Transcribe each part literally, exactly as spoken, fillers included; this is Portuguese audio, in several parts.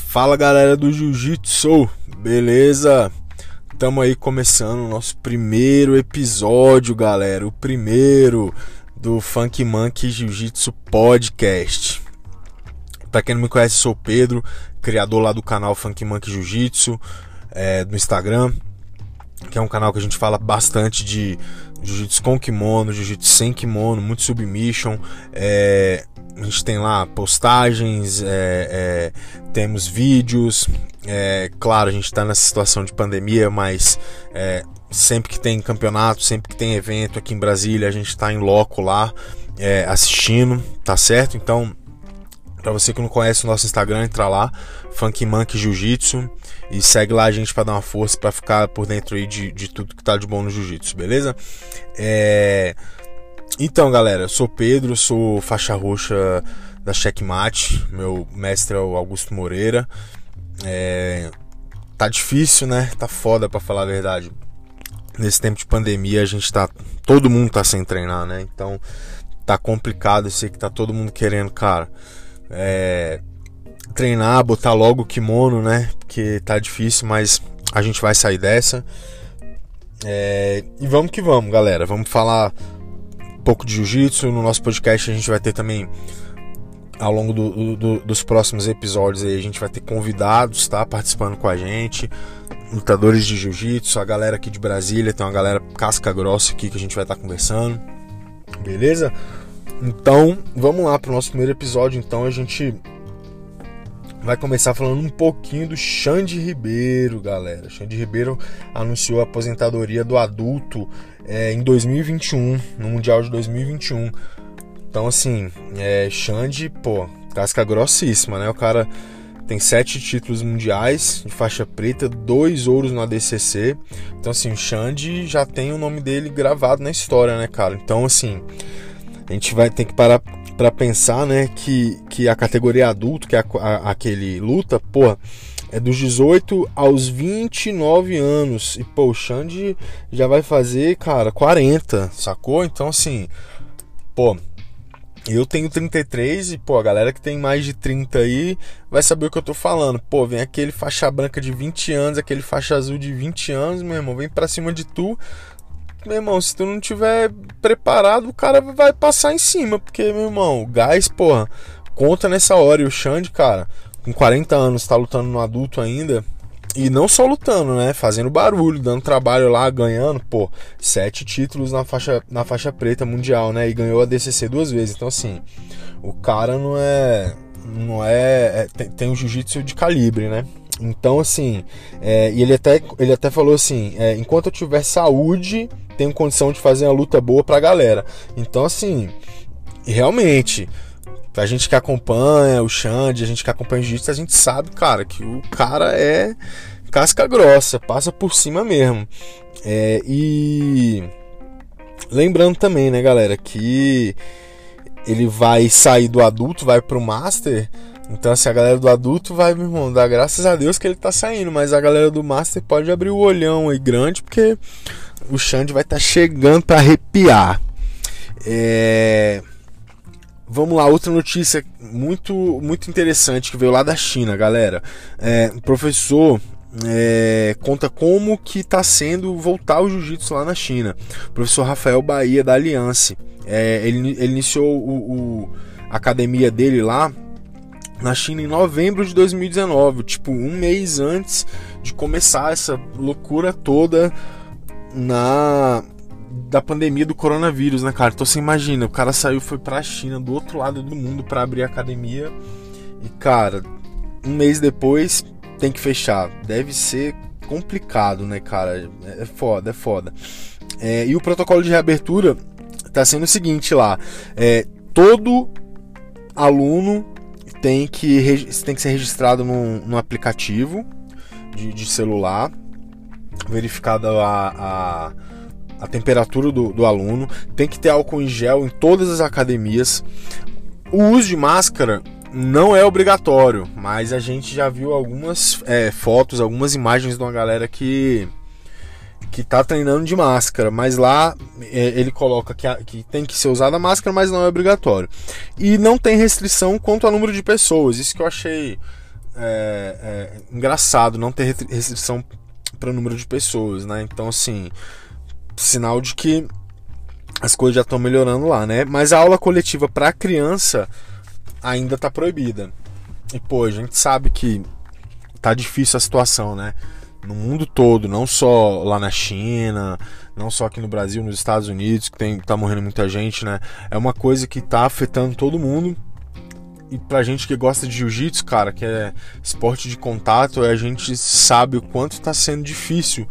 Fala galera do Jiu-Jitsu, beleza? Tamo aí começando o nosso primeiro episódio, galera. O primeiro do Funky Monkey Jiu-Jitsu Podcast. Pra quem não me conhece, sou o Pedro, criador lá do canal Funky Monkey Jiu-Jitsu, é, no Instagram, que é um canal que a gente fala bastante de jiu-jitsu com kimono, jiu-jitsu sem kimono, muito submission. É, a gente tem lá postagens, é, é, temos vídeos. É, claro, a gente está nessa situação de pandemia, mas é, sempre que tem campeonato, sempre que tem evento aqui em Brasília, a gente está em loco lá é, assistindo, tá certo? Então, para você que não conhece o nosso Instagram, entra lá, Funky Monkey Jiu-Jitsu, e segue lá a gente para dar uma força, para ficar por dentro aí de, de tudo que tá de bom no Jiu-Jitsu, beleza? É... Então, galera, eu sou Pedro, sou faixa roxa da Checkmate, meu mestre é o Augusto Moreira. É... Tá difícil, né? Tá foda, pra falar a verdade. Nesse tempo de pandemia, a gente tá... todo mundo tá sem treinar, né? Então, tá complicado, eu sei que tá todo mundo querendo, cara... É, treinar, botar logo o kimono, né? Porque tá difícil, mas a gente vai sair dessa. É, e vamos que vamos, galera. Vamos falar um pouco de jiu-jitsu. No nosso podcast a gente vai ter também, ao longo do, do, dos próximos episódios aí, a gente vai ter convidados, tá? Participando com a gente, lutadores de jiu-jitsu, a galera aqui de Brasília. Tem uma galera casca grossa aqui que a gente vai estar conversando, beleza? Então, vamos lá para o nosso primeiro episódio. Então, a gente vai começar falando um pouquinho do Xande Ribeiro, galera. Xande Ribeiro anunciou a aposentadoria do adulto é, em dois mil e vinte e um, no Mundial de dois mil e vinte e um. Então, assim, é, Xande, pô, casca grossíssima, né? O cara tem sete títulos mundiais de faixa preta, dois ouros no A D C C. Então, assim, o Xande já tem o nome dele gravado na história, né, cara? Então, assim... a gente vai ter que parar para pensar, né, que, que a categoria adulto, que é a, a, aquele luta, pô, é dos dezoito aos vinte e nove anos. E, pô, o Xande já vai fazer, cara, quarenta, sacou? Então, assim, pô, eu tenho trinta e três e, pô, a galera que tem mais de trinta aí vai saber o que eu tô falando. Pô, vem aquele faixa branca de vinte anos, aquele faixa azul de vinte anos, meu irmão, vem pra cima de tu. Meu irmão, se tu não tiver preparado, o cara vai passar em cima. Porque, meu irmão, o gás, porra, conta nessa hora. E o Xande, cara, com quarenta anos, tá lutando no adulto ainda. E não só lutando, né? Fazendo barulho, dando trabalho lá, ganhando, pô, sete títulos na faixa, na faixa preta mundial, né? E ganhou a D C C duas vezes. Então, assim, o cara não é... não é... é tem, tem um jiu-jitsu de calibre, né? Então, assim, é, e ele até, ele até falou assim, é, enquanto eu tiver saúde, tenho condição de fazer uma luta boa pra galera. Então, assim, realmente, a gente que acompanha o Xande, a gente que acompanha o jiu-jitsu, a gente sabe, cara, que o cara é casca grossa, passa por cima mesmo. É, e lembrando também, né, galera, que ele vai sair do adulto, vai pro Master. Então, assim, a galera do adulto vai, meu irmão, dar graças a Deus que ele tá saindo. Mas a galera do Master pode abrir o olhão aí grande, porque o Xande vai estar tá chegando pra arrepiar. É... Vamos lá, outra notícia muito, muito interessante que veio lá da China, galera. É, o professor é, conta como que tá sendo voltar o jiu-jitsu lá na China. O professor Rafael Bahia, da Aliança. É, ele, ele iniciou o, o, a academia dele lá na China em novembro de dois mil e dezenove, tipo um mês antes de começar essa loucura toda na da pandemia do coronavírus, né, cara? Então você imagina, o cara saiu, foi pra China, do outro lado do mundo, pra abrir a academia, e cara, um mês depois tem que fechar. Deve ser complicado, né, cara? É foda, é foda. É, e o protocolo de reabertura tá sendo o seguinte lá, é, todo aluno tem que, tem que ser registrado num, num aplicativo de, de celular, verificada a, a, a temperatura do, do aluno, tem que ter álcool em gel em todas as academias. O uso de máscara não é obrigatório, mas a gente já viu algumas é, fotos, algumas imagens de uma galera que que tá treinando de máscara, mas lá é, ele coloca que, a, que tem que ser usada a máscara, mas não é obrigatório. E não tem restrição quanto ao número de pessoas. Isso que eu achei é, é engraçado não ter restrição para o número de pessoas, né? Então, assim, sinal de que as coisas já estão melhorando lá, né? Mas a aula coletiva para criança ainda tá proibida. E, pô, a gente sabe que tá difícil a situação, né? No mundo todo, não só lá na China, não só aqui no Brasil, nos Estados Unidos, que tem, tá morrendo muita gente, né? É uma coisa que tá afetando todo mundo. E pra gente que gosta de jiu-jitsu, cara, que é esporte de contato, a gente sabe o quanto tá sendo difícil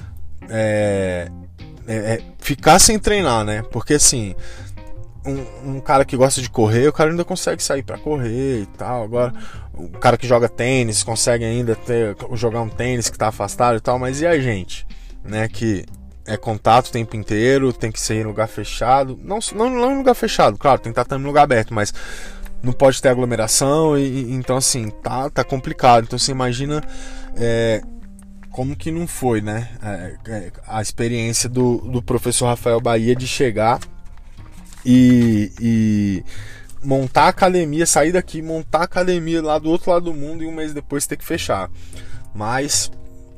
é, é, é ficar sem treinar, né? Porque assim, um, um cara que gosta de correr, o cara ainda consegue sair pra correr e tal. Agora, o cara que joga tênis consegue ainda ter, jogar um tênis que tá afastado e tal. Mas e a gente, né? Que é contato o tempo inteiro, tem que ser em lugar fechado. Não, não, não em lugar fechado, claro, tem que estar em lugar aberto, mas não pode ter aglomeração, e, então assim, tá, tá complicado. Então você imagina é, como que não foi, né? É, a experiência do, do professor Rafael Bahia de chegar e, e montar a academia, sair daqui, montar a academia lá do outro lado do mundo e um mês depois ter que fechar. Mas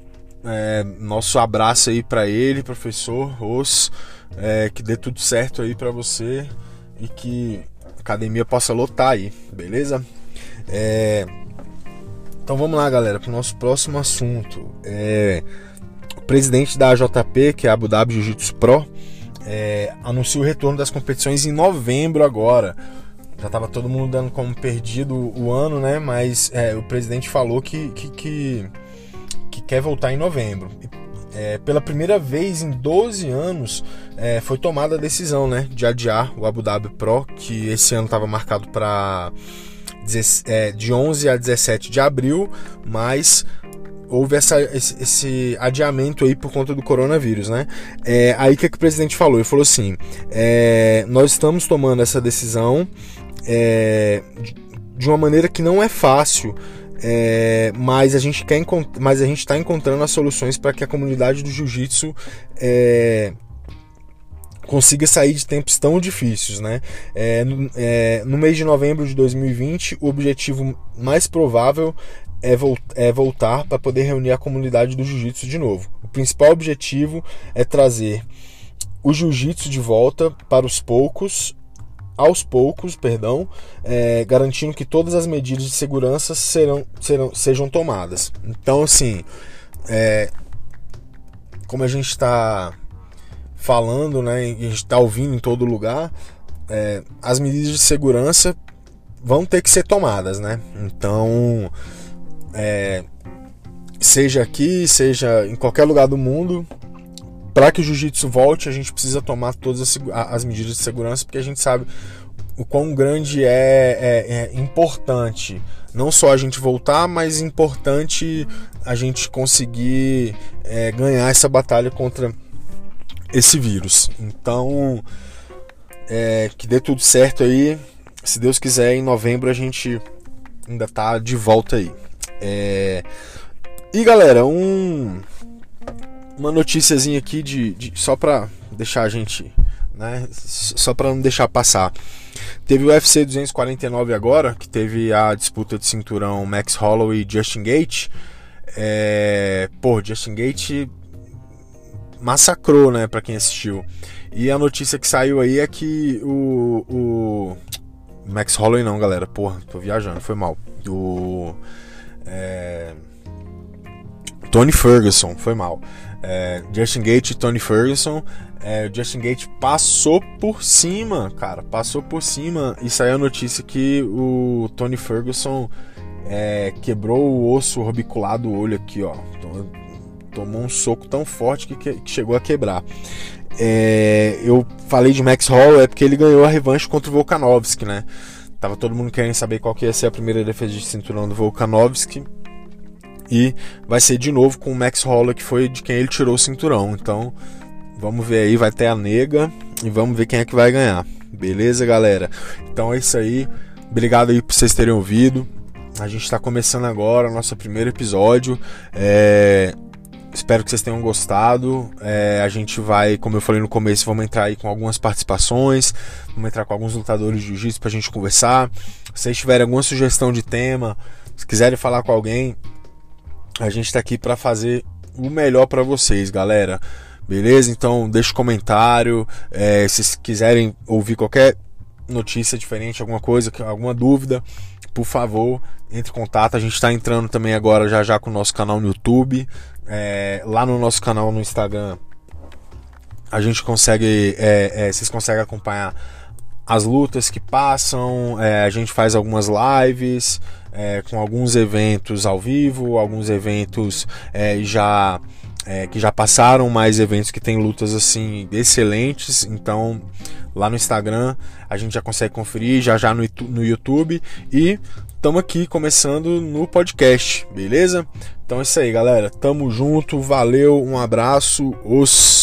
é, nosso abraço aí para ele, professor Ros, é, que dê tudo certo aí para você e que a academia possa lotar aí, beleza? É... Então vamos lá, galera, para o nosso próximo assunto. É... O presidente da A J P, que é a Abu Dhabi Jiu-Jitsu Pro, é... anunciou o retorno das competições em novembro agora. Já estava todo mundo dando como perdido o ano, né? Mas é, o presidente falou que, que, que, que quer voltar em novembro. É, pela primeira vez em doze anos é, foi tomada a decisão, né, de adiar o Abu Dhabi Pro, que esse ano estava marcado para é, de onze a dezessete de abril, mas houve essa, esse, esse adiamento aí por conta do coronavírus, né? É, aí o que, que o presidente falou? Ele falou assim, é, nós estamos tomando essa decisão é, de uma maneira que não é fácil, É, mas a gente quer mas a gente está encontrando as soluções para que a comunidade do jiu-jitsu é, consiga sair de tempos tão difíceis, né? É, é, no mês de novembro de dois mil e vinte, o objetivo mais provável é, vo é voltar para poder reunir a comunidade do jiu-jitsu de novo. O principal objetivo é trazer o jiu-jitsu de volta para os poucos aos poucos, perdão, é, garantindo que todas as medidas de segurança serão, serão, sejam tomadas. Então, assim, é, como a gente está falando, né, e a gente está ouvindo em todo lugar, é, as medidas de segurança vão ter que ser tomadas, né? Então, é, seja aqui, seja em qualquer lugar do mundo, para que o jiu-jitsu volte, a gente precisa tomar todas as, as medidas de segurança, porque a gente sabe o quão grande é, é, é importante não só a gente voltar, mas importante a gente conseguir é, ganhar essa batalha contra esse vírus. Então, é, que dê tudo certo aí. Se Deus quiser, em novembro a gente ainda tá de volta aí. É... E galera, um... uma noticiazinha aqui de, de só pra deixar a gente, né, só pra não deixar passar. Teve o U F C duzentos e quarenta e nove agora, que teve a disputa de cinturão Max Holloway e Justin Gaethje. É... Pô, Justin Gaethje massacrou, né, pra quem assistiu. E a notícia que saiu aí é que o, o... Max Holloway não, galera, porra, tô viajando, foi mal. O... É... Tony Ferguson, foi mal. É, Justin Gaethje e Tony Ferguson. É, Justin Gaethje passou por cima, cara, passou por cima. E saiu a notícia que o Tony Ferguson é, quebrou o osso orbicular do olho aqui, ó. Tomou um soco tão forte que, que chegou a quebrar. É, eu falei de Max Holloway é porque ele ganhou a revanche contra o Volkanovski, né? Tava todo mundo querendo saber qual que ia ser a primeira defesa de cinturão do Volkanovski. E vai ser de novo com o Max Holloway, que foi de quem ele tirou o cinturão. Então, vamos ver aí, vai ter a nega e vamos ver quem é que vai ganhar. Beleza, galera? Então é isso aí. Obrigado aí por vocês terem ouvido. A gente está começando agora o nosso primeiro episódio. É... Espero que vocês tenham gostado. É... A gente vai, como eu falei no começo, vamos entrar aí com algumas participações. Vamos entrar com alguns lutadores de jiu-jitsu pra gente conversar. Se vocês tiverem alguma sugestão de tema, Se quiserem falar com alguém, a gente tá aqui para fazer o melhor para vocês, galera. Beleza? Então deixa um comentário. É, se quiserem ouvir qualquer notícia diferente, alguma coisa, alguma dúvida, por favor, entre em contato. A gente está entrando também agora já já com o nosso canal no YouTube. É, lá no nosso canal no Instagram, a gente consegue, é, é, vocês conseguem acompanhar as lutas que passam. É, a gente faz algumas lives é, com alguns eventos ao vivo, alguns eventos é, já é, que já passaram, mais eventos que tem lutas assim excelentes. Então lá no Instagram a gente já consegue conferir, já já no, no YouTube, e estamos aqui começando no podcast, beleza? Então é isso aí, galera, tamo junto, valeu, um abraço, os